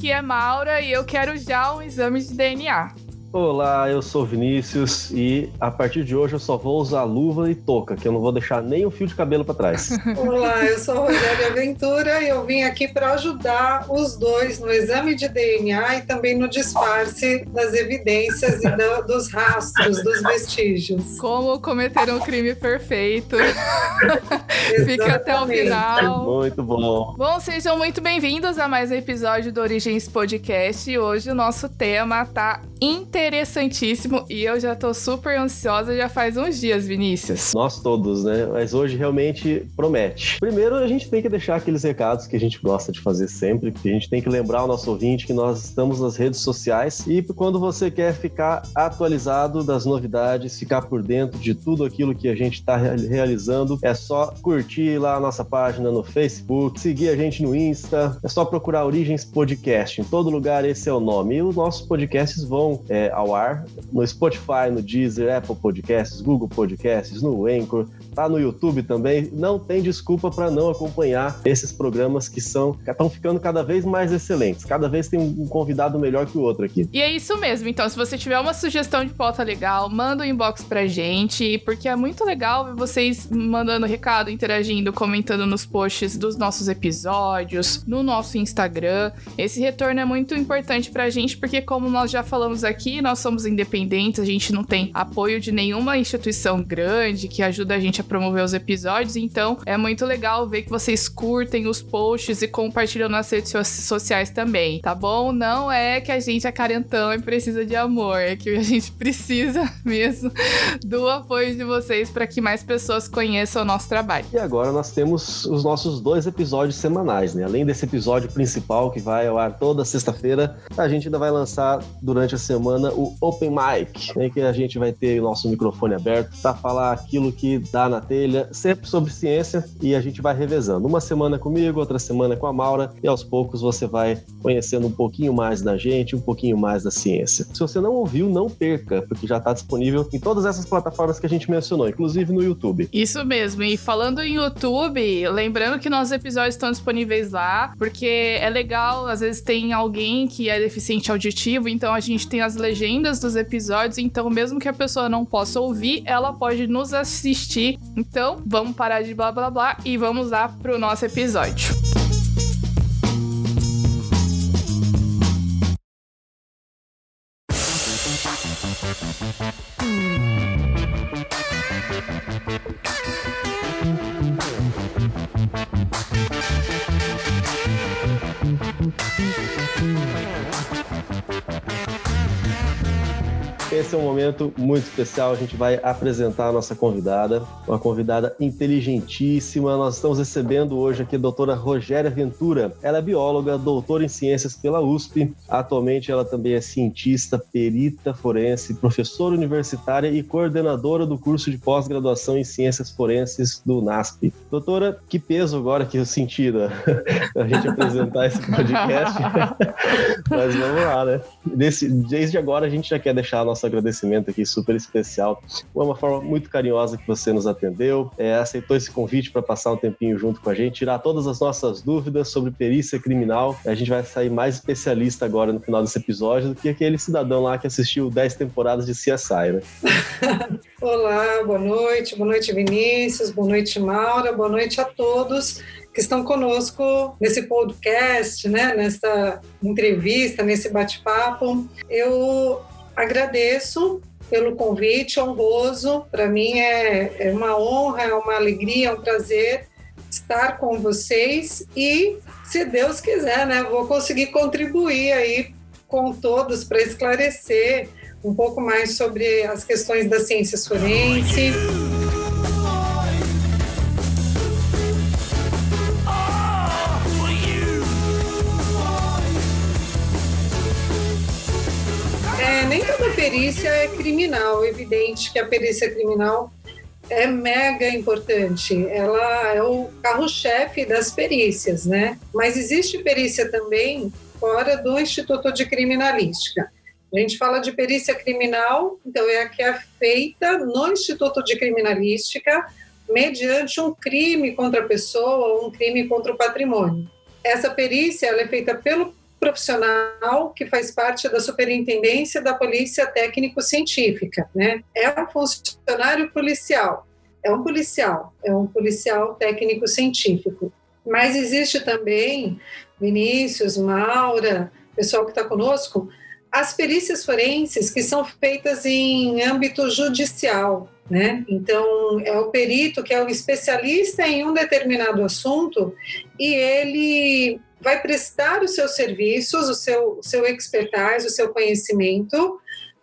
aqui é Maura e eu quero já um exame de DNA. Olá, eu sou Vinícius e a partir de hoje eu só vou usar luva e touca, que eu não vou deixar nem um fio de cabelo para trás. Olá, eu sou Rogéria Ventura e eu vim aqui para ajudar os dois no exame de DNA e também no disfarce das evidências e dos rastros, dos vestígios. Como cometer um crime perfeito. Fica até o final. Muito bom. Bom, sejam muito bem-vindos a mais um episódio do Origens Podcast. E hoje o nosso tema tá interessantíssimo e eu já tô super ansiosa já faz uns dias, Vinícius. Nós todos, né? Mas hoje realmente promete. Primeiro, a gente tem que deixar aqueles recados que a gente gosta de fazer sempre, que a gente tem que lembrar o nosso ouvinte que nós estamos nas redes sociais e quando você quer ficar atualizado das novidades, ficar por dentro de tudo aquilo que a gente está realizando, é só curtir lá a nossa página no Facebook, seguir a gente no Insta, é só procurar Origens Podcast. Em todo lugar esse é o nome. E os nossos podcasts vão ao ar no Spotify, no Deezer, Apple Podcasts, Google Podcasts, no Anchor, tá no YouTube também. Não tem desculpa para não acompanhar esses programas que estão ficando cada vez mais excelentes. Cada vez tem um convidado melhor que o outro aqui. E é isso mesmo. Então, se você tiver uma sugestão de pauta legal, manda um inbox pra gente, porque é muito legal ver vocês mandando recado, interagindo, comentando nos posts dos nossos episódios, no nosso Instagram. Esse retorno é muito importante pra gente, porque como nós já falamos aqui, nós somos independentes, a gente não tem apoio de nenhuma instituição grande que ajuda a gente a promover os episódios, então é muito legal ver que vocês curtem os posts e compartilham nas redes sociais também, tá bom? Não é que a gente é carentão e precisa de amor, é que a gente precisa mesmo do apoio de vocês para que mais pessoas conheçam o nosso trabalho. E agora nós temos os nossos 2 episódios semanais, né? Além desse episódio principal que vai ao ar toda sexta-feira, a gente ainda vai lançar durante a semana o Open Mic, né, que a gente vai ter o nosso microfone aberto para falar aquilo que dá na telha, sempre sobre ciência, e a gente vai revezando. Uma semana comigo, outra semana com a Maura, e aos poucos você vai conhecendo um pouquinho mais da gente, um pouquinho mais da ciência. Se você não ouviu, não perca, porque já está disponível em todas essas plataformas que a gente mencionou, inclusive no YouTube. Isso mesmo, e falando em YouTube, lembrando que nossos episódios estão disponíveis lá, porque é legal, às vezes tem alguém que é deficiente auditivo, então a gente tem as legendas dos episódios, então mesmo que a pessoa não possa ouvir, ela pode nos assistir. Então, vamos parar de blá blá blá e vamos lá pro nosso episódio. Esse é um momento muito especial, a gente vai apresentar a nossa convidada, uma convidada inteligentíssima. Nós estamos recebendo hoje aqui a doutora Rogéria Ventura. Ela é bióloga, doutora em ciências pela USP. Atualmente ela também é cientista, perita forense, professora universitária e coordenadora do curso de pós-graduação em ciências forenses do NASP. Doutora, que peso agora que eu senti, né? A gente apresentar esse podcast. Mas vamos lá, né? Desde agora a gente já quer deixar a nossa agradecimento aqui super especial. Foi uma forma muito carinhosa que você nos atendeu, aceitou esse convite para passar um tempinho junto com a gente, tirar todas as nossas dúvidas sobre perícia criminal. A gente vai sair mais especialista agora no final desse episódio do que aquele cidadão lá que assistiu 10 temporadas de CSI, né? Olá, boa noite Vinícius, boa noite Maura, boa noite a todos que estão conosco nesse podcast, né, nessa entrevista, nesse bate-papo. Eu agradeço pelo convite honroso. Para mim é uma honra, é uma alegria, é um prazer estar com vocês e, se Deus quiser, né, vou conseguir contribuir aí com todos para esclarecer um pouco mais sobre as questões da ciência forense. Nem toda perícia é criminal. É evidente que a perícia criminal é mega importante. Ela é o carro-chefe das perícias, né? Mas existe perícia também fora do Instituto de Criminalística. A gente fala de perícia criminal, então é a que é feita no Instituto de Criminalística mediante um crime contra a pessoa ou um crime contra o patrimônio. Essa perícia ela é feita pelo profissional que faz parte da Superintendência da Polícia Técnico-Científica, né? É um funcionário policial, é um policial técnico-científico. Mas existe também, Vinícius, Maura, pessoal que está conosco, as perícias forenses que são feitas em âmbito judicial, né? Então, é o perito que é o especialista em um determinado assunto e ele vai prestar os seus serviços, o seu expertise, o seu conhecimento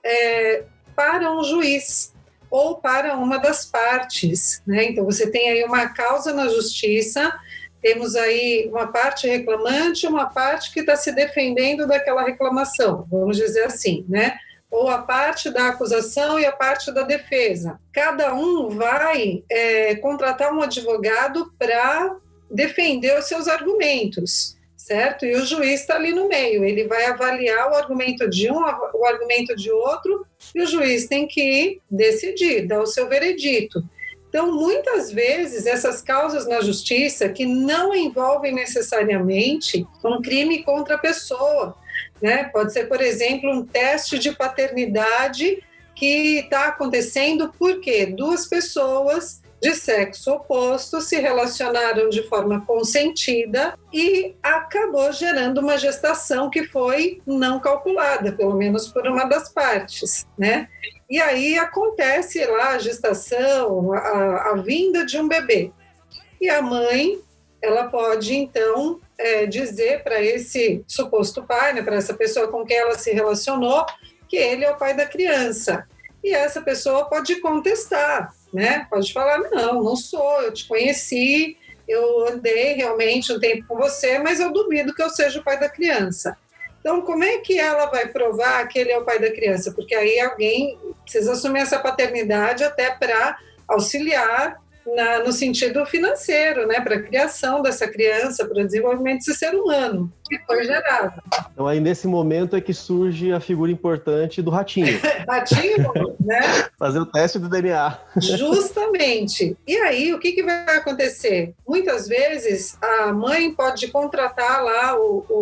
para um juiz ou para uma das partes, né? Então, você tem aí uma causa na justiça, temos aí uma parte reclamante, uma parte que está se defendendo daquela reclamação, vamos dizer assim, né? Ou a parte da acusação e a parte da defesa. Cada um vai contratar um advogado para defender os seus argumentos, certo? E o juiz está ali no meio, ele vai avaliar o argumento de um, o argumento de outro, e o juiz tem que decidir, dar o seu veredito. Então, muitas vezes, essas causas na justiça que não envolvem necessariamente um crime contra a pessoa, né? Pode ser, por exemplo, um teste de paternidade que está acontecendo porque duas pessoas de sexo oposto se relacionaram de forma consentida e acabou gerando uma gestação que foi não calculada, pelo menos por uma das partes, né? E aí acontece lá a gestação, a vinda de um bebê. E a mãe, ela pode, então, dizer para esse suposto pai, né, para essa pessoa com quem ela se relacionou, que ele é o pai da criança. E essa pessoa pode contestar, né? Pode falar, não sou, eu te conheci, eu andei realmente um tempo com você, mas eu duvido que eu seja o pai da criança. Então, como é que ela vai provar que ele é o pai da criança? Porque aí alguém precisa assumir essa paternidade até para auxiliar no sentido financeiro, né, para a criação dessa criança, para o desenvolvimento desse ser humano que foi gerado. Então aí nesse momento é que surge a figura importante do ratinho. Ratinho, né? Fazer o teste do DNA. Justamente. E aí o que vai acontecer? Muitas vezes a mãe pode contratar lá,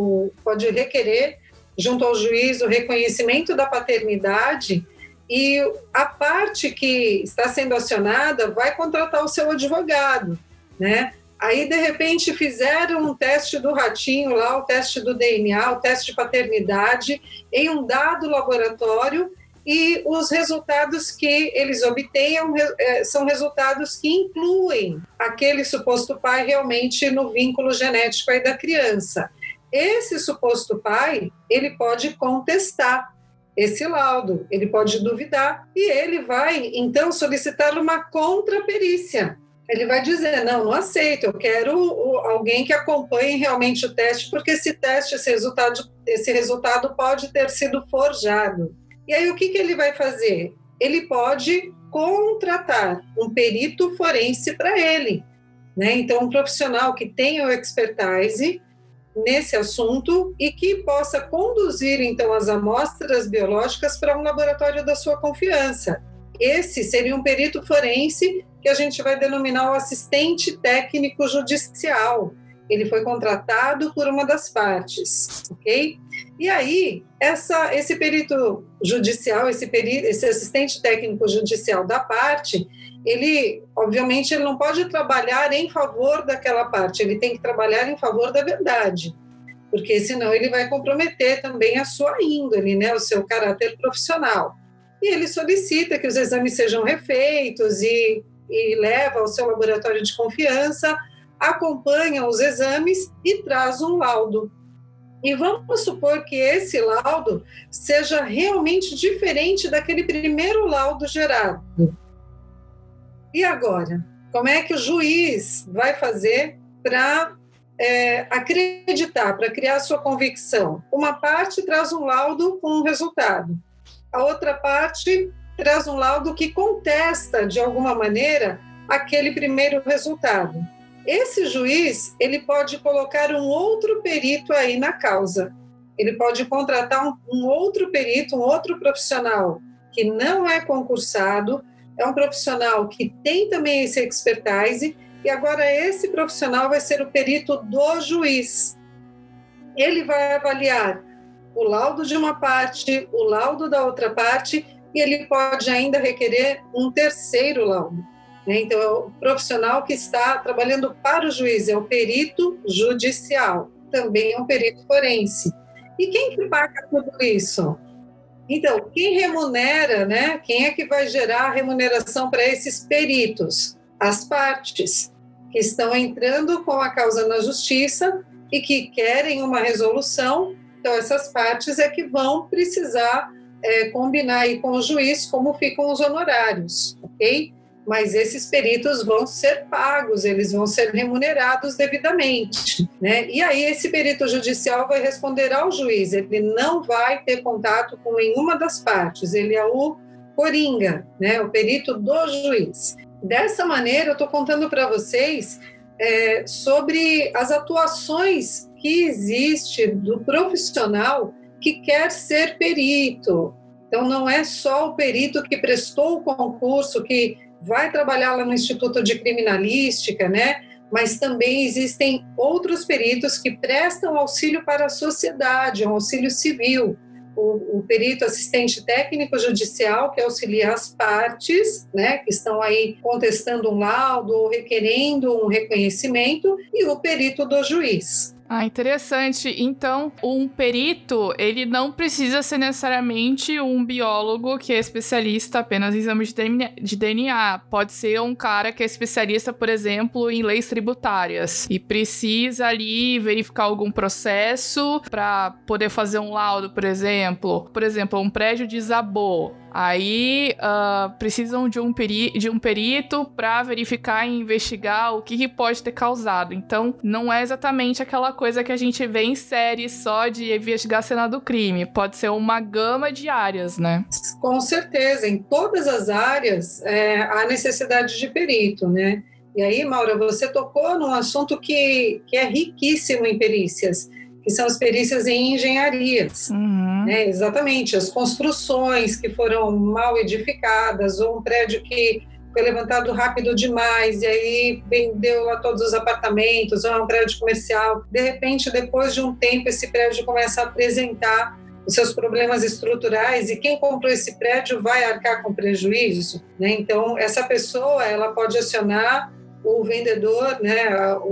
pode requerer junto ao juiz o reconhecimento da paternidade. E a parte que está sendo acionada vai contratar o seu advogado, né? Aí, de repente, fizeram um teste do ratinho lá, o teste do DNA, o teste de paternidade, em um dado laboratório, e os resultados que eles obtenham são resultados que incluem aquele suposto pai realmente no vínculo genético aí da criança. Esse suposto pai, ele pode contestar esse laudo, ele pode duvidar e ele vai, então, solicitar uma contraperícia. Ele vai dizer, não aceito, eu quero alguém que acompanhe realmente o teste, porque esse resultado pode ter sido forjado. E aí, o que ele vai fazer? Ele pode contratar um perito forense para ele, né? Então, um profissional que tenha o expertise nesse assunto e que possa conduzir, então, as amostras biológicas para um laboratório da sua confiança. Esse seria um perito forense que a gente vai denominar o assistente técnico judicial. Ele foi contratado por uma das partes, ok? E aí, esse perito judicial, esse assistente técnico judicial da parte, ele, obviamente, ele não pode trabalhar em favor daquela parte, ele tem que trabalhar em favor da verdade, porque senão ele vai comprometer também a sua índole, né, o seu caráter profissional. E ele solicita que os exames sejam refeitos e leva ao seu laboratório de confiança, acompanha os exames e traz um laudo. E vamos supor que esse laudo seja realmente diferente daquele primeiro laudo gerado. E agora? Como é que o juiz vai fazer para acreditar, para criar sua convicção? Uma parte traz um laudo com um resultado. A outra parte traz um laudo que contesta, de alguma maneira, aquele primeiro resultado. Esse juiz, ele pode colocar um outro perito aí na causa. Ele pode contratar um outro perito, um outro profissional que não é concursado, é um profissional que tem também esse expertise, e agora esse profissional vai ser o perito do juiz. ele vai avaliar o laudo de uma parte, o laudo da outra parte, e ele pode ainda requerer um terceiro laudo. Então, é o profissional que está trabalhando para o juiz, é o perito judicial, também é um perito forense. E quem que paga tudo isso? Então, quem remunera, né? Quem é que vai gerar a remuneração para esses peritos? As partes que estão entrando com a causa na justiça e que querem uma resolução. Então, essas partes é que vão precisar combinar aí com o juiz como ficam os honorários, ok? Mas esses peritos vão ser pagos, eles vão ser remunerados devidamente, né? E aí esse perito judicial vai responder ao juiz, ele não vai ter contato com nenhuma das partes, ele é o coringa, né? O perito do juiz. Dessa maneira, eu estou contando para vocês sobre as atuações que existe do profissional que quer ser perito. Então, não é só o perito que prestou o concurso, que vai trabalhar lá no Instituto de Criminalística, né? Mas também existem outros peritos que prestam auxílio para a sociedade, um auxílio civil. O perito assistente técnico judicial, que auxilia as partes, né, que estão aí contestando um laudo ou requerendo um reconhecimento, e o perito do juiz. Ah, interessante. Então, um perito, ele não precisa ser necessariamente um biólogo que é especialista apenas em exames de DNA. Pode ser um cara que é especialista, por exemplo, em leis tributárias e precisa ali verificar algum processo para poder fazer um laudo, por exemplo. Por exemplo, um prédio desabou. Aí precisam de um perito para verificar e investigar o que pode ter causado. Então, não é exatamente aquela coisa que a gente vê em séries só de investigar a cena do crime. Pode ser uma gama de áreas, né? Com certeza, em todas as áreas há necessidade de perito, né? E aí, Maura, você tocou num assunto que é riquíssimo em perícias, que são as perícias em engenharias. Né? Exatamente, as construções que foram mal edificadas, ou um prédio que foi levantado rápido demais e aí vendeu lá todos os apartamentos, ou é um prédio comercial. De repente, depois de um tempo, esse prédio começa a apresentar os seus problemas estruturais e quem comprou esse prédio vai arcar com prejuízo. Né? Então, essa pessoa ela pode acionar o vendedor, né,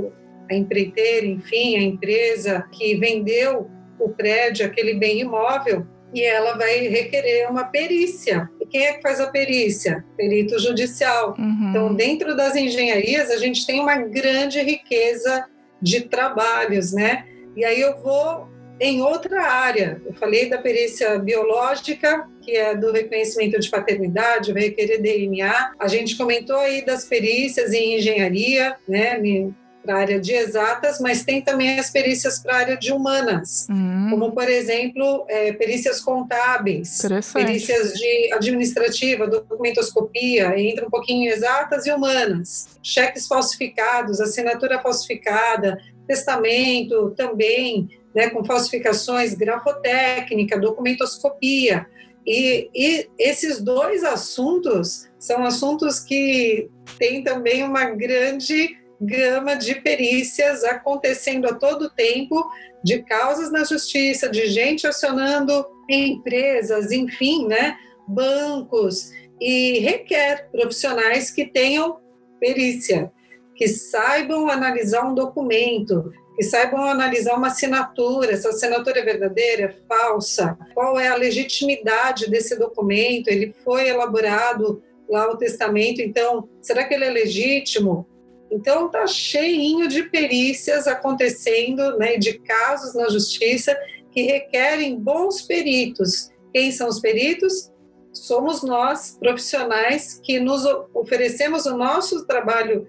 a empreiteira, enfim, a empresa que vendeu o prédio, aquele bem imóvel, e ela vai requerer uma perícia. E quem é que faz a perícia? Perito judicial. Então, dentro das engenharias, a gente tem uma grande riqueza de trabalhos, né? E aí eu vou em outra área. Eu falei da perícia biológica, que é do reconhecimento de paternidade, vai requerer DNA. A gente comentou aí das perícias em engenharia, né? Para a área de exatas, mas tem também as perícias para a área de humanas, como, por exemplo, perícias contábeis, perícias de administrativa, documentoscopia, entra um pouquinho em exatas e humanas, cheques falsificados, assinatura falsificada, testamento também, né, com falsificações, grafotécnica, documentoscopia. E esses dois assuntos são assuntos que têm também uma grande gama de perícias acontecendo a todo tempo, de causas na justiça, de gente acionando empresas, enfim, né, bancos, e requer profissionais que tenham perícia, que saibam analisar um documento, que saibam analisar uma assinatura, se a assinatura é verdadeira, é falsa, qual é a legitimidade desse documento, ele foi elaborado lá o testamento, então, será que ele é legítimo? Então, está cheinho de perícias acontecendo, né, de casos na justiça que requerem bons peritos. Quem são os peritos? Somos nós, profissionais, que nos oferecemos o nosso trabalho,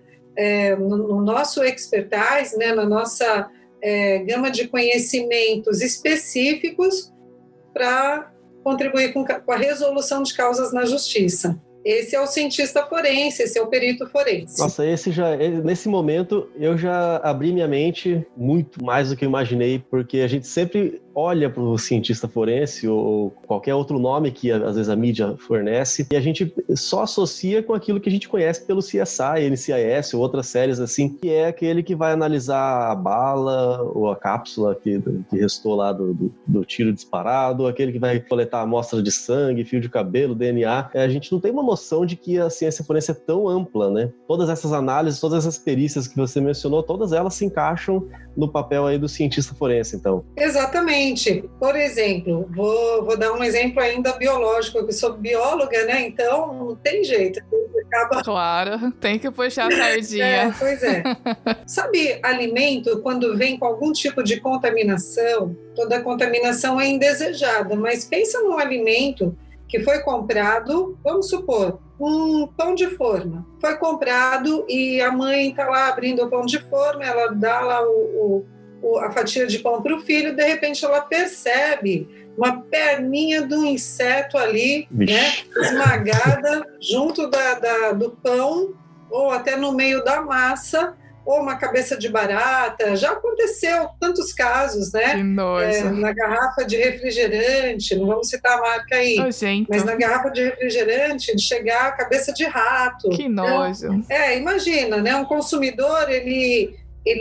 no nosso expertise, né, na nossa gama de conhecimentos específicos para contribuir com a resolução de causas na justiça. Esse é o cientista forense, esse é o perito forense. Nossa, nesse momento eu já abri minha mente muito mais do que eu imaginei, porque a gente sempre olha para o cientista forense ou qualquer outro nome que às vezes a mídia fornece e a gente só associa com aquilo que a gente conhece pelo CSI, NCIS ou outras séries assim, que é aquele que vai analisar a bala ou a cápsula que restou lá do tiro disparado, aquele que vai coletar amostra de sangue, fio de cabelo, DNA. A gente não tem uma noção de que a ciência forense é tão ampla, né? Todas essas análises, todas essas perícias que você mencionou, todas elas se encaixam no papel aí do cientista forense, então. Exatamente. Por exemplo, vou dar um exemplo ainda biológico, eu sou bióloga, né? Então não tem jeito. Claro, tem que puxar a sardinha. Pois é. Sabe, alimento, quando vem com algum tipo de contaminação, toda contaminação é indesejada, mas pensa num alimento que foi comprado, vamos supor, um pão de forma. Foi comprado e a mãe está lá abrindo o pão de forma, ela dá lá a fatia de pão para o filho, de repente ela percebe uma perninha do inseto ali, né, esmagada junto do pão ou até no meio da massa, ou uma cabeça de barata. Já aconteceu tantos casos, né? Que nojo. Na garrafa de refrigerante, não vamos citar a marca aí, mas na garrafa de refrigerante, de chegar a cabeça de rato. Que nojo. Então, imagina, né? Um consumidor, ele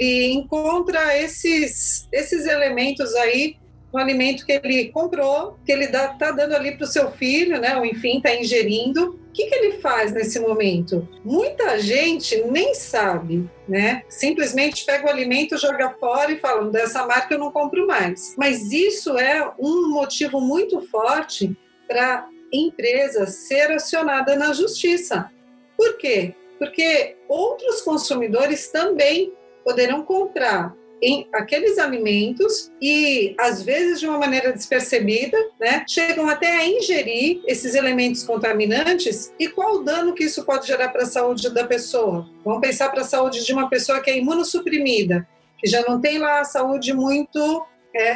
encontra esses elementos aí no alimento que ele comprou, que ele tá dando ali para o seu filho, né? Ou enfim, está ingerindo. O que ele faz nesse momento? Muita gente nem sabe, né? Simplesmente pega o alimento, joga fora e fala, dessa marca eu não compro mais. Mas isso é um motivo muito forte para a empresa ser acionada na justiça. Por quê? Porque outros consumidores também poderão comprar em aqueles alimentos e, às vezes, de uma maneira despercebida, né, chegam até a ingerir esses elementos contaminantes. E qual o dano que isso pode gerar para a saúde da pessoa? Vamos pensar para a saúde de uma pessoa que é imunossuprimida, que já não tem lá a saúde muito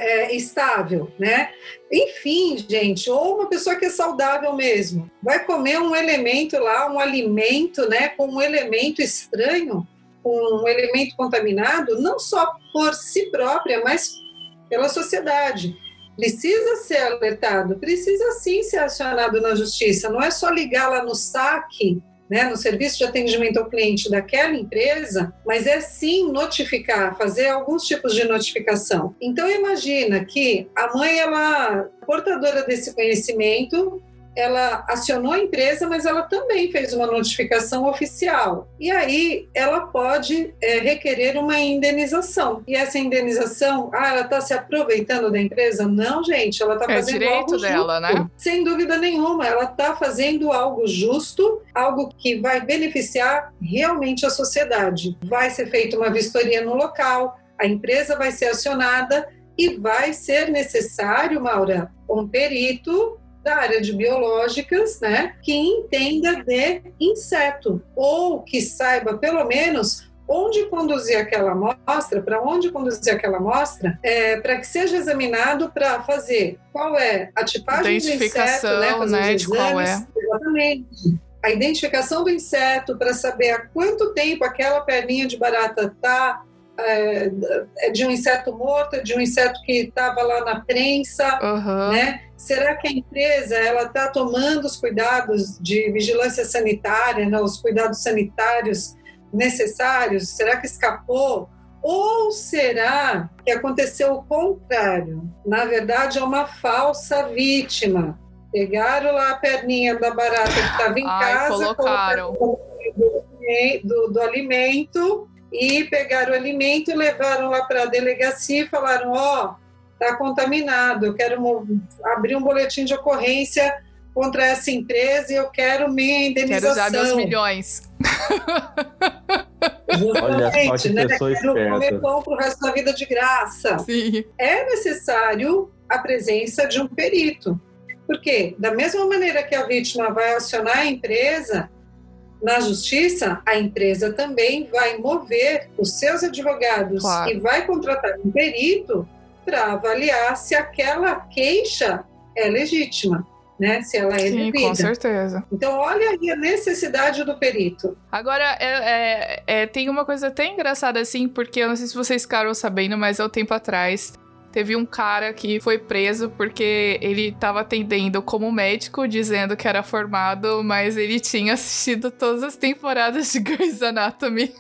estável, né? Enfim, gente, ou uma pessoa que é saudável mesmo, vai comer um elemento lá, um alimento, né, com um elemento estranho, com um elemento contaminado, não só por si própria, mas pela sociedade. Precisa ser alertado, precisa sim ser acionado na justiça, não é só ligar lá no SAC, né, no serviço de atendimento ao cliente daquela empresa, mas é sim notificar, fazer alguns tipos de notificação. Então imagina que a mãe, ela é portadora desse conhecimento, ela acionou a empresa, mas ela também fez uma notificação oficial. E aí ela pode requerer uma indenização. E essa indenização, ela está se aproveitando da empresa? Não, gente, ela está fazendo direito algo dela, justo. né? Sem dúvida nenhuma, ela está fazendo algo justo, algo que vai beneficiar realmente a sociedade. Vai ser feita uma vistoria no local, a empresa vai ser acionada e vai ser necessário, Maura, um perito da área de biológicas, né, que entenda de inseto, ou que saiba, pelo menos, onde conduzir aquela amostra, para onde conduzir aquela amostra, para que seja examinado para fazer qual é a tipagem do inseto, né, fazer né, os exames, qual é. Exatamente. A identificação do inseto para saber há quanto tempo aquela perninha de barata está de um inseto morto, de um inseto que estava lá na prensa, né? Será que a empresa ela está tomando os cuidados de vigilância sanitária, né? Os cuidados sanitários necessários? Será que escapou? Ou será que aconteceu o contrário? Na verdade, é uma falsa vítima. Pegaram lá a perninha da barata que estava em casa, colocaram do alimento, e pegaram o alimento e levaram lá para a delegacia e falaram, está contaminado, eu quero abrir um boletim de ocorrência contra essa empresa e eu quero minha indenização. Quero usar meus milhões. Olha só que né? pessoa Quero esperta. comer pão pro resto da vida de graça. Sim. É necessário a presença de um perito. Porque, da mesma maneira que a vítima vai acionar a empresa, na justiça, a empresa também vai mover os seus advogados e vai contratar um perito para avaliar se aquela queixa é legítima, né? Se ela é devida. Sim, com certeza. Então, olha aí a necessidade do perito. Agora, tem uma coisa até engraçada assim, porque eu não sei se vocês ficaram sabendo, mas há um tempo atrás teve um cara que foi preso porque ele tava atendendo como médico, dizendo que era formado, mas ele tinha assistido todas as temporadas de Grey's Anatomy.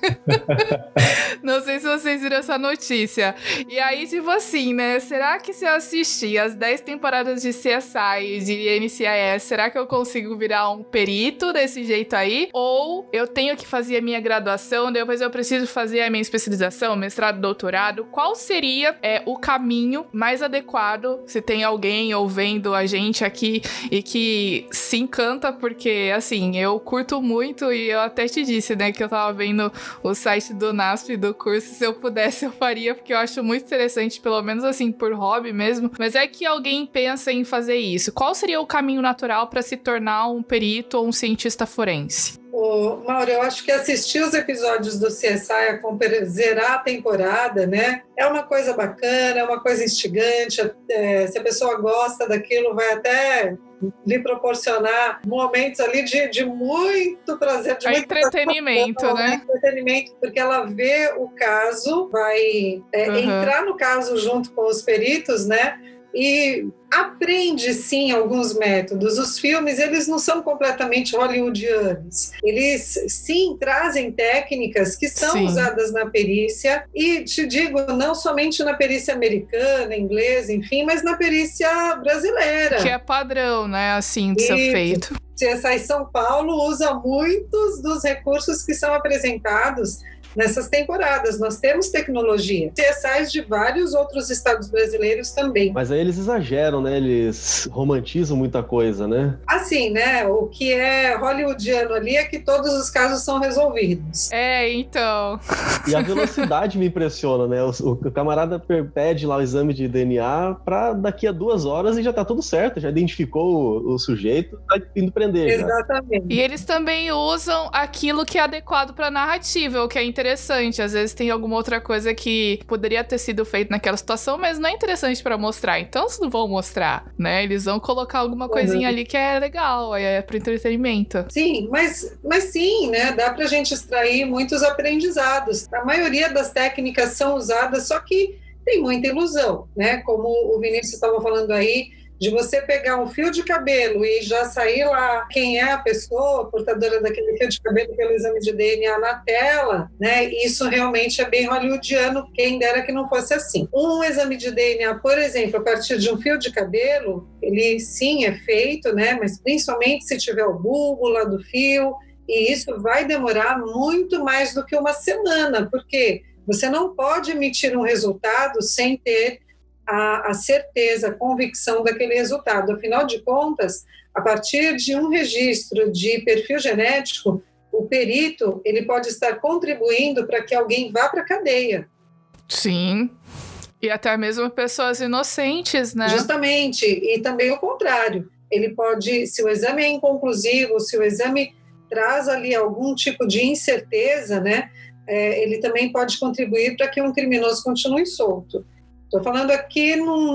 Não sei se vocês viram essa notícia. E aí, tipo assim, né? Será que se eu assistir as 10 temporadas de CSI, de NCIS, será que eu consigo virar um perito desse jeito aí? Ou eu tenho que fazer a minha graduação, depois eu preciso fazer a minha especialização, mestrado, doutorado? Qual seria o caminho mais adequado, se tem alguém ouvindo a gente aqui e que se encanta, porque, assim, eu curto muito e eu até te disse, né, que eu tava vendo o site do NASP do curso, se eu pudesse eu faria, porque eu acho muito interessante, pelo menos assim, por hobby mesmo, mas é que alguém pensa em fazer isso. Qual seria o caminho natural para se tornar um perito ou um cientista forense? Mauro, eu acho que assistir os episódios do CSI, zerar a temporada, né? É uma coisa bacana, é uma coisa instigante. Se a pessoa gosta daquilo, vai até lhe proporcionar momentos ali de muito prazer, de muito entretenimento, né? Entretenimento, porque ela vê o caso, vai entrar no caso junto com os peritos, né? E aprende, sim, alguns métodos. Os filmes, eles não são completamente hollywoodianos. Eles, sim, trazem técnicas que são usadas na perícia. E te digo, não somente na perícia americana, inglesa, enfim, mas na perícia brasileira. Que é padrão, né, assim, de ser feito. CSI São Paulo usa muitos dos recursos que são apresentados nessas temporadas. Nós temos tecnologia. CSIs de vários outros estados brasileiros também. Mas aí eles exageram, né? Eles romantizam muita coisa, né? Assim, né? O que é hollywoodiano ali é que todos os casos são resolvidos. Então. E a velocidade me impressiona, né? O camarada pede lá o exame de DNA pra daqui a 2 horas e já tá tudo certo. Já identificou o sujeito, tá indo prender. Exatamente. Já. E eles também usam aquilo que é adequado pra narrativa, o que é interessante. Às vezes tem alguma outra coisa que poderia ter sido feita naquela situação, mas não é interessante pra mostrar. Então eles não vão mostrar, né? Eles vão colocar alguma coisinha ali que é legal, é pro entretenimento. Sim, mas sim, né? Dá pra gente extrair muitos aprendizados. A maioria das técnicas são usadas, só que tem muita ilusão, né? Como o Vinícius estava falando aí, de você pegar um fio de cabelo e já sair lá quem é a pessoa portadora daquele fio de cabelo pelo exame de DNA na tela, né? Isso realmente é bem hollywoodiano, quem dera que não fosse assim. Um exame de DNA, por exemplo, a partir de um fio de cabelo, ele sim é feito, né? Mas principalmente se tiver o bulbo lá do fio, e isso vai demorar muito mais do que uma semana, porque você não pode emitir um resultado sem ter a certeza, a convicção daquele resultado. Afinal de contas, a partir de um registro de perfil genético, o perito ele pode estar contribuindo para que alguém vá para a cadeia. Sim. E até mesmo pessoas inocentes, né? Justamente. E também o contrário. Ele pode, se o exame é inconclusivo, se o exame traz ali algum tipo de incerteza, né? Ele também pode contribuir para que um criminoso continue solto. Estou falando aqui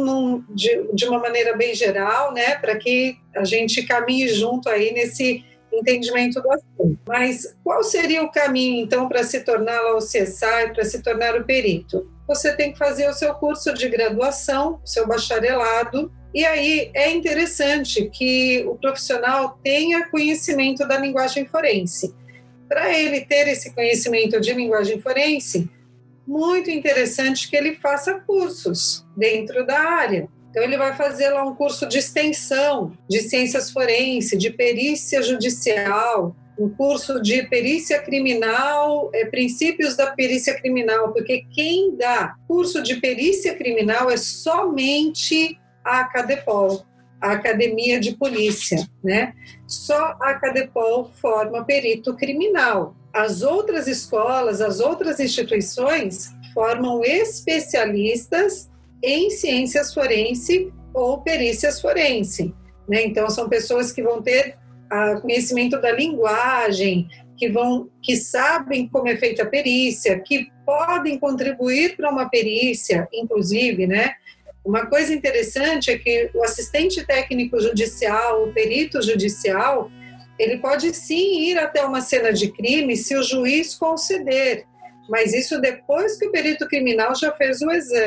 de uma maneira bem geral, né, para que a gente caminhe junto aí nesse entendimento do assunto. Mas qual seria o caminho, então, para se tornar lá o CSI, para se tornar o perito? Você tem que fazer o seu curso de graduação, o seu bacharelado, e aí é interessante que o profissional tenha conhecimento da linguagem forense. Para ele ter esse conhecimento de linguagem forense, muito interessante que ele faça cursos dentro da área. Então, ele vai fazer lá um curso de extensão, de ciências forenses, de perícia judicial, um curso de perícia criminal, princípios da perícia criminal, porque quem dá curso de perícia criminal é somente a Acadepol, a Academia de Polícia, né? Só a Acadepol forma perito criminal. As outras escolas, as outras instituições formam especialistas em ciências forense ou perícias forense, né? Então, são pessoas que vão ter conhecimento da linguagem, que sabem como é feita a perícia, que podem contribuir para uma perícia, inclusive, né? Uma coisa interessante é que o assistente técnico judicial, o perito judicial, ele pode sim ir até uma cena de crime se o juiz conceder, mas isso depois que o perito criminal já fez o exame.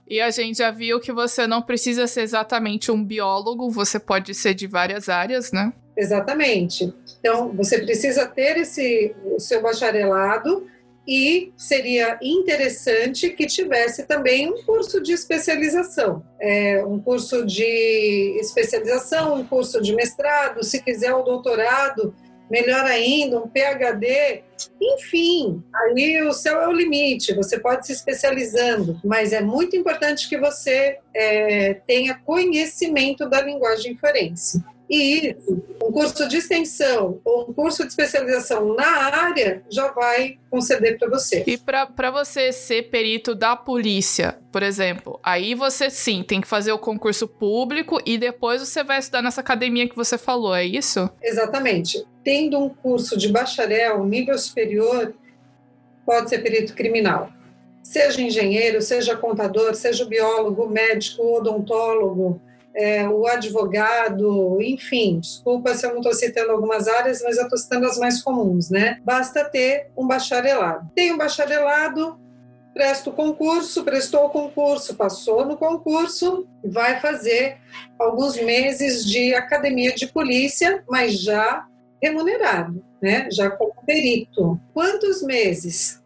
E a gente já viu que você não precisa ser exatamente um biólogo, você pode ser de várias áreas, né? Exatamente. Então, você precisa ter o seu bacharelado e seria interessante que tivesse também um curso de especialização. Um curso de especialização, um curso de mestrado, se quiser o doutorado, melhor ainda, um PhD, enfim, aí o céu é o limite, você pode se especializando, mas é muito importante que você tenha conhecimento da linguagem forense. E isso, um curso de extensão ou um curso de especialização na área já vai conceder para você. E para você ser perito da polícia, por exemplo, aí você sim tem que fazer o concurso público e depois você vai estudar nessa academia que você falou, é isso? Exatamente. Tendo um curso de bacharel, nível superior, pode ser perito criminal. Seja engenheiro, seja contador, seja biólogo, médico, odontólogo, o advogado, enfim, desculpa se eu não estou citando algumas áreas, mas eu estou citando as mais comuns, né? Basta ter um bacharelado. Tem um bacharelado, presta o concurso, prestou o concurso, passou no concurso, vai fazer alguns meses de academia de polícia, mas já remunerado, né? Já como perito. Quantos meses?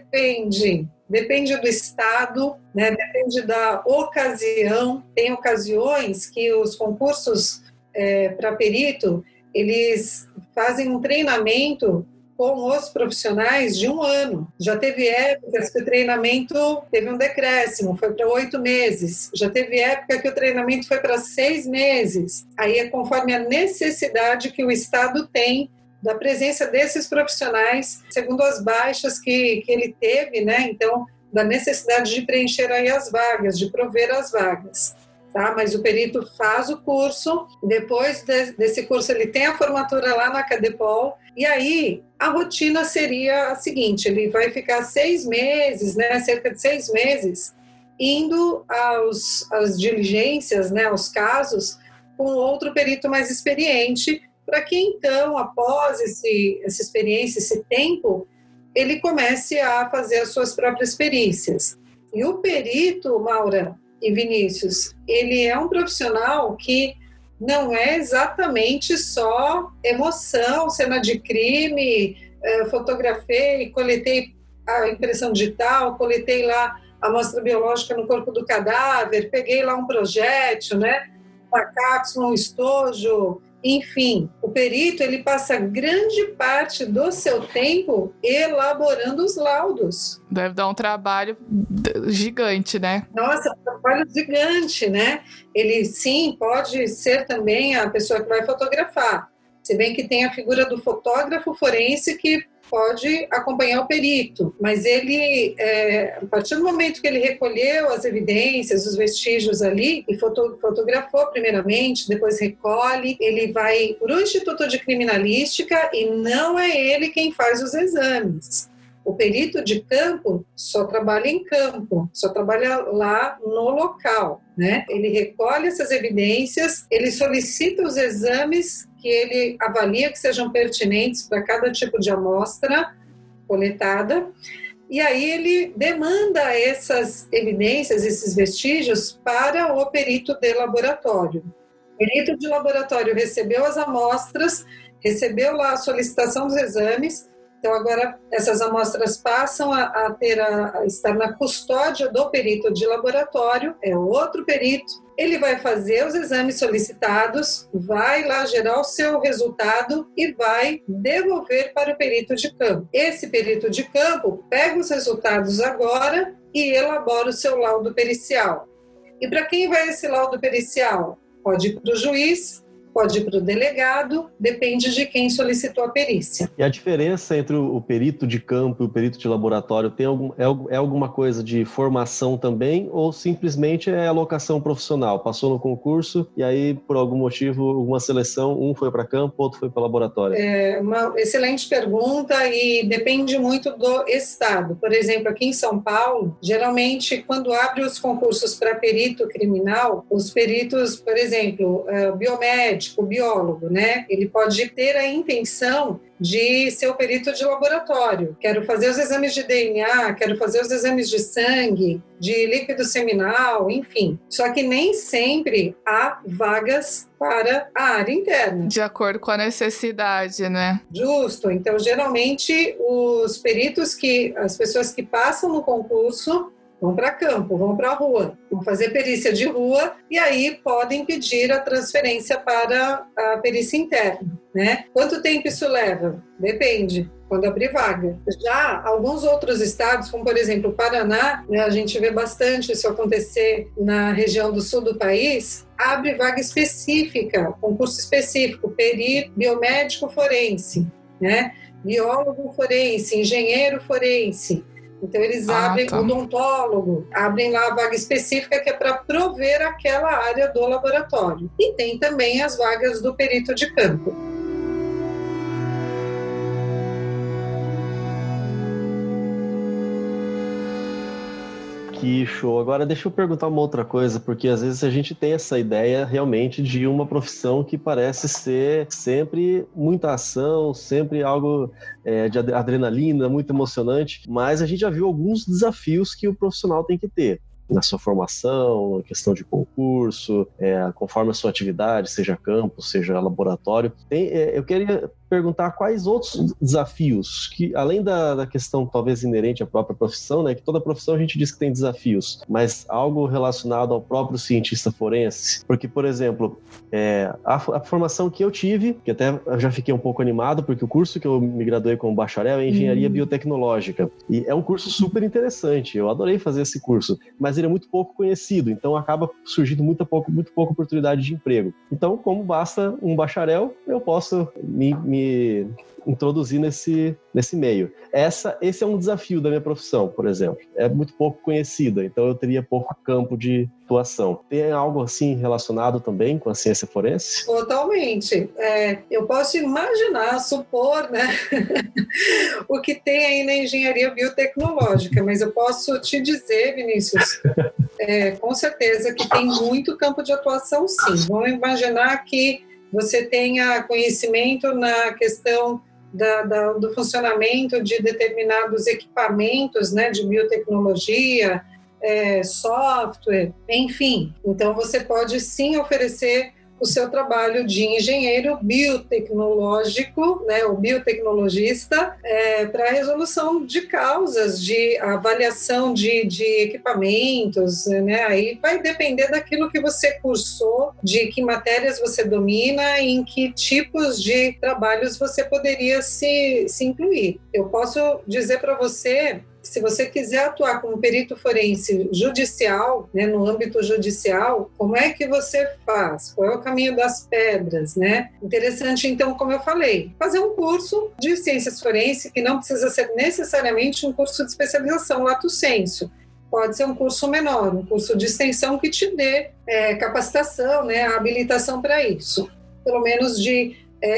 Depende do estado, né? Depende da ocasião. Tem ocasiões que os concursos para perito, eles fazem um treinamento com os profissionais de 1 ano. Já teve épocas que o treinamento teve um decréscimo, foi para 8 meses. Já teve época que o treinamento foi para 6 meses. Aí é conforme a necessidade que o estado tem da presença desses profissionais, segundo as baixas que ele teve, né? Então, da necessidade de preencher aí as vagas, de prover as vagas. Tá? Mas o perito faz o curso, depois desse curso ele tem a formatura lá na Cadepol, e aí a rotina seria a seguinte, ele vai ficar 6 meses, né? Cerca de 6 meses, indo às diligências, né? Aos casos, com outro perito mais experiente, para que então, após essa experiência, esse tempo, ele comece a fazer as suas próprias perícias. E o perito, Maura e Vinícius, ele é um profissional que não é exatamente só emoção, cena de crime, fotografei, coletei a impressão digital, coletei lá a amostra biológica no corpo do cadáver, peguei lá um projétil, né, uma cápsula, um estojo. Enfim, o perito ele passa grande parte do seu tempo elaborando os laudos. Deve dar um trabalho gigante, né? Nossa, um trabalho gigante, né? Ele sim pode ser também a pessoa que vai fotografar. Se bem que tem a figura do fotógrafo forense que pode acompanhar o perito, mas ele, a partir do momento que ele recolheu as evidências, os vestígios ali, e fotografou primeiramente, depois recolhe, ele vai para o Instituto de Criminalística e não é ele quem faz os exames. O perito de campo só trabalha em campo, só trabalha lá no local, né? Ele recolhe essas evidências, ele solicita os exames que ele avalia que sejam pertinentes para cada tipo de amostra coletada, e aí ele demanda essas evidências, esses vestígios, para o perito de laboratório. O perito de laboratório recebeu as amostras, recebeu lá a solicitação dos exames. Então, agora, essas amostras passam a estar na custódia do perito de laboratório, é outro perito. Ele vai fazer os exames solicitados, vai lá gerar o seu resultado e vai devolver para o perito de campo. Esse perito de campo pega os resultados agora e elabora o seu laudo pericial. E para quem vai esse laudo pericial? Pode ir para o juiz, pode ir para o delegado, depende de quem solicitou a perícia. E a diferença entre o perito de campo e o perito de laboratório é alguma coisa de formação também ou simplesmente é alocação profissional? Passou no concurso e aí, por algum motivo, alguma seleção, um foi para campo, outro foi para laboratório? É uma excelente pergunta e depende muito do estado. Por exemplo, aqui em São Paulo, geralmente, quando abre os concursos para perito criminal, os peritos, por exemplo, biomédico, biomédico, biólogo, né? Ele pode ter a intenção de ser o perito de laboratório. Quero fazer os exames de DNA, quero fazer os exames de sangue, de líquido seminal, enfim. Só que nem sempre há vagas para a área interna. De acordo com a necessidade, né? Justo. Então, geralmente, os peritos as pessoas que passam no concurso vão para campo, vão para a rua, vão fazer perícia de rua e aí podem pedir a transferência para a perícia interna, né? Quanto tempo isso leva? Depende, quando abrir vaga. Já alguns outros estados, como por exemplo o Paraná, né, a gente vê bastante isso acontecer na região do sul do país, abre vaga específica, concurso específico, perito biomédico forense, né? Biólogo forense, engenheiro forense. Então, eles abrem odontólogo, abrem lá a vaga específica que é para prover aquela área do laboratório. E tem também as vagas do perito de campo. Que show. Agora deixa eu perguntar uma outra coisa, porque às vezes a gente tem essa ideia realmente de uma profissão que parece ser sempre muita ação, sempre algo de adrenalina, muito emocionante, mas a gente já viu alguns desafios que o profissional tem que ter na sua formação, questão de concurso, conforme a sua atividade, seja campo, seja laboratório. Eu queria perguntar quais outros desafios, que além da questão talvez inerente à própria profissão, né, que toda profissão a gente diz que tem desafios, mas algo relacionado ao próprio cientista forense, porque, por exemplo, a formação que eu tive, que até eu já fiquei um pouco animado, porque o curso que eu me graduei como bacharel é Engenharia Biotecnológica, e é um curso super interessante, eu adorei fazer esse curso, mas ele é muito pouco conhecido, então acaba surgindo muito pouco oportunidade de emprego. Então, como basta um bacharel, eu posso me introduzir nesse meio. Esse é um desafio da minha profissão, por exemplo. É muito pouco conhecida, então eu teria pouco campo de atuação. Tem algo assim relacionado também com a ciência forense? Totalmente. Eu posso imaginar, supor, né, o que tem aí na engenharia biotecnológica, mas eu posso te dizer, Vinícius, com certeza que tem muito campo de atuação, sim. Vamos imaginar que você tenha conhecimento na questão do funcionamento de determinados equipamentos, né, de biotecnologia, software, enfim. Então, você pode sim oferecer o seu trabalho de engenheiro biotecnológico, né, o biotecnologista, para a resolução de causas, de avaliação de equipamentos, né, aí vai depender daquilo que você cursou, de que matérias você domina e em que tipos de trabalhos você poderia se incluir. Eu posso dizer para você, se você quiser atuar como perito forense judicial, né, no âmbito judicial, como é que você faz? Qual é o caminho das pedras, né? Interessante, então, como eu falei, fazer um curso de ciências forenses que não precisa ser necessariamente um curso de especialização lato sensu. Pode ser um curso menor, um curso de extensão que te dê capacitação, né, habilitação para isso. Pelo menos de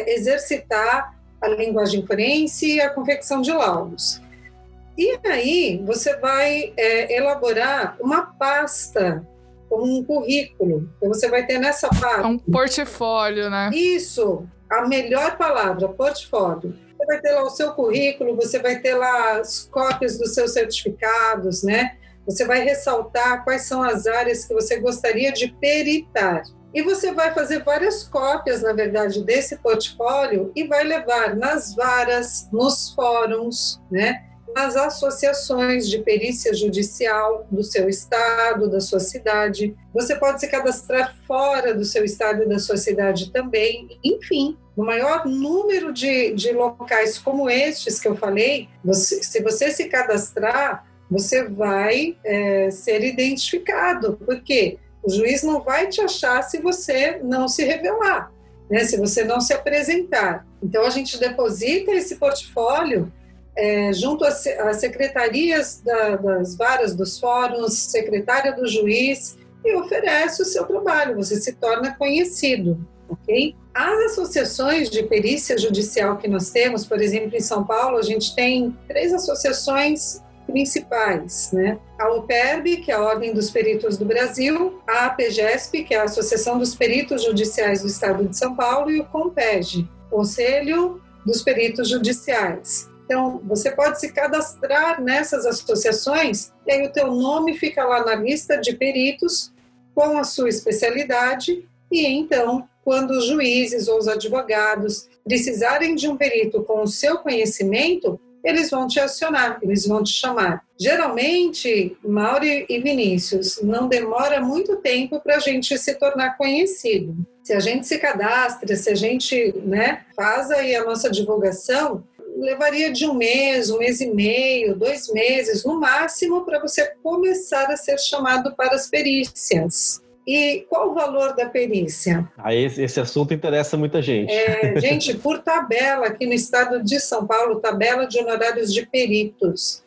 exercitar a linguagem forense e a confecção de laudos. E aí você vai elaborar uma pasta, como um currículo. Então você vai ter nessa pasta... Um portfólio, né? Isso, a melhor palavra, portfólio. Você vai ter lá o seu currículo, você vai ter lá as cópias dos seus certificados, né? Você vai ressaltar quais são as áreas que você gostaria de peritar. E você vai fazer várias cópias, na verdade, desse portfólio e vai levar nas varas, nos fóruns, né? Nas associações de perícia judicial do seu estado, da sua cidade. Você pode se cadastrar fora do seu estado e da sua cidade também. Enfim, no maior número de locais como estes que eu falei, se você se cadastrar, você vai ser identificado. Por quê? O juiz não vai te achar se você não se revelar, né? Se você não se apresentar. Então, a gente deposita esse portfólio junto às secretarias das varas dos fóruns, secretária do juiz, e oferece o seu trabalho, você se torna conhecido, ok? As associações de perícia judicial que nós temos, por exemplo, em São Paulo, a gente tem 3 associações principais, né? A UPERB, que é a Ordem dos Peritos do Brasil, a APGESP, que é a Associação dos Peritos Judiciais do Estado de São Paulo, e o COMPEG, Conselho dos Peritos Judiciais. Então, você pode se cadastrar nessas associações e aí o teu nome fica lá na lista de peritos com a sua especialidade e então, quando os juízes ou os advogados precisarem de um perito com o seu conhecimento, eles vão te acionar, eles vão te chamar. Geralmente, Mauro e Vinícius, não demora muito tempo para a gente se tornar conhecido. Se a gente se cadastra, se a gente faz aí a nossa divulgação, levaria de 1 mês, 1 mês e meio, 2 meses, no máximo, para você começar a ser chamado para as perícias. E qual o valor da perícia? Esse assunto interessa muita gente. Gente, por tabela, aqui no estado de São Paulo, tabela de honorários de peritos,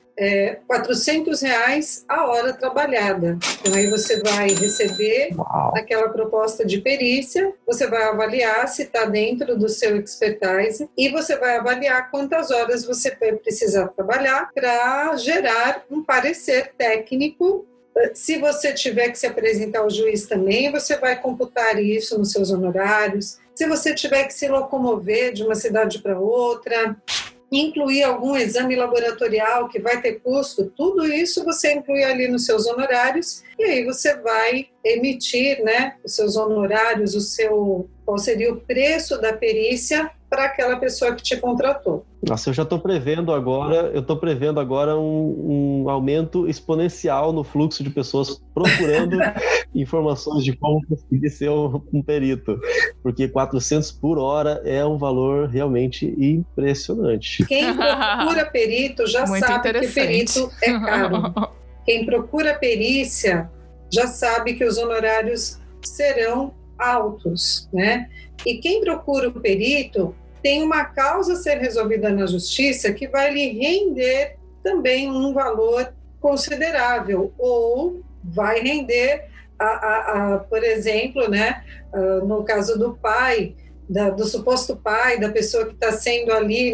R$400 a hora trabalhada. Então aí você vai receber aquela proposta de perícia, você vai avaliar se está dentro do seu expertise e você vai avaliar quantas horas você vai precisar trabalhar para gerar um parecer técnico. Se você tiver que se apresentar ao juiz também, você vai computar isso nos seus honorários. Se você tiver que se locomover de uma cidade para outra, incluir algum exame laboratorial que vai ter custo, tudo isso você inclui ali nos seus honorários e aí você vai emitir, os seus honorários, qual seria o preço da perícia para aquela pessoa que te contratou. Nossa, eu já estou prevendo agora um aumento exponencial no fluxo de pessoas procurando informações de como conseguir ser um perito, porque 400 por hora é um valor realmente impressionante. Quem procura perito já sabe que perito é caro. Quem procura perícia já sabe que os honorários serão altos, né? E quem procura o perito tem uma causa a ser resolvida na justiça que vai lhe render também um valor considerável, ou vai render, por exemplo, no caso do pai, do suposto pai, da pessoa que está sendo ali,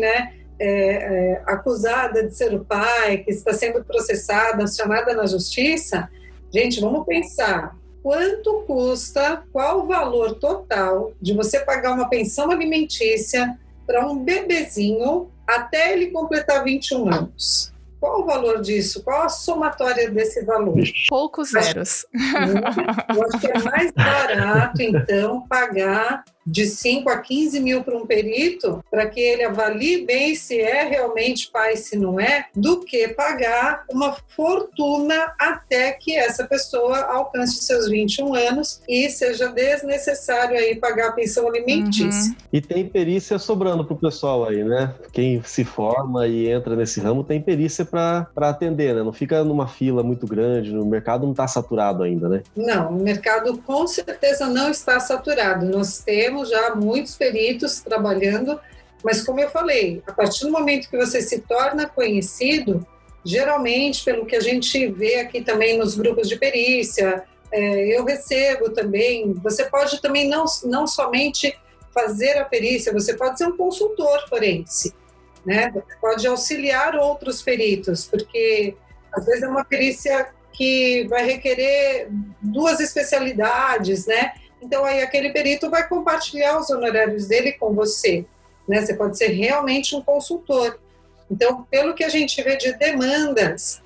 acusada de ser o pai, que está sendo processada, acionada na justiça. Gente, vamos pensar. Quanto custa, qual o valor total de você pagar uma pensão alimentícia para um bebezinho até ele completar 21 anos? Qual o valor disso? Qual a somatória desse valor? Poucos zeros. Eu acho que é mais barato, então, pagar de 5 a 15 mil para um perito, para que ele avalie bem se é realmente pai, se não é, do que pagar uma fortuna até que essa pessoa alcance os seus 21 anos e seja desnecessário aí pagar a pensão alimentícia. E tem perícia sobrando para o pessoal aí, né? Quem se forma e entra nesse ramo tem perícia para atender, né? Não fica numa fila muito grande, o mercado não está saturado ainda, né? Não, o mercado com certeza não está saturado. Nós temos já muitos peritos trabalhando, mas como eu falei, a partir do momento que você se torna conhecido, geralmente, pelo que a gente vê aqui também nos grupos de perícia, eu recebo também, você pode também não somente fazer a perícia, você pode ser um consultor forense, né? Você pode auxiliar outros peritos, porque às vezes é uma perícia que vai requerer 2 especialidades, né? Então, aí aquele perito vai compartilhar os honorários dele com você, né? Você pode ser realmente um consultor. Então, pelo que a gente vê de demandas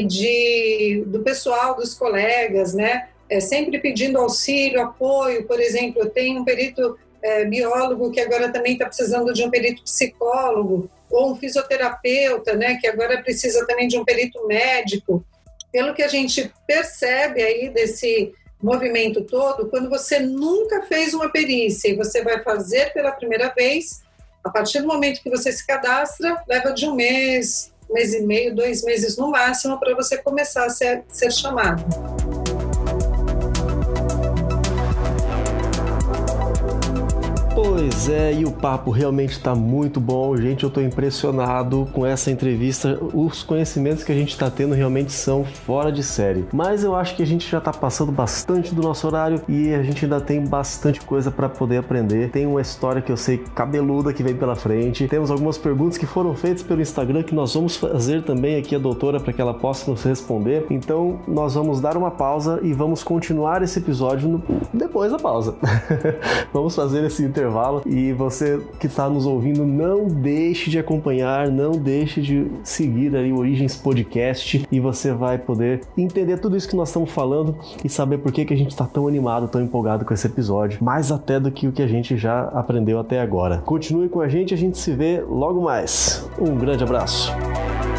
e do pessoal, dos colegas, né? Sempre pedindo auxílio, apoio. Por exemplo, eu tenho um perito biólogo que agora também está precisando de um perito psicólogo, ou um fisioterapeuta, né? Que agora precisa também de um perito médico. Pelo que a gente percebe aí desse movimento todo, quando você nunca fez uma perícia e você vai fazer pela primeira vez, a partir do momento que você se cadastra, leva de 1 mês, 1 mês e meio, 2 meses no máximo, para você começar a ser chamado. Pois Pois é, e o papo realmente está muito bom. Gente, eu estou impressionado com essa entrevista. Os conhecimentos que a gente está tendo realmente são fora de série. Mas eu acho que a gente já está passando bastante do nosso horário e a gente ainda tem bastante coisa para poder aprender. Tem uma história que eu sei cabeluda que vem pela frente. Temos algumas perguntas que foram feitas pelo Instagram que nós vamos fazer também aqui a doutora para que ela possa nos responder. Então, nós vamos dar uma pausa e vamos continuar esse episódio depois da pausa. Vamos fazer esse intervalo e você que está nos ouvindo, não deixe de acompanhar, não deixe de seguir aí o Origens Podcast e você vai poder entender tudo isso que nós estamos falando e saber por que a gente está tão animado, tão empolgado com esse episódio, mais até do que o que a gente já aprendeu até agora. Continue com a gente se vê logo mais. Um grande abraço.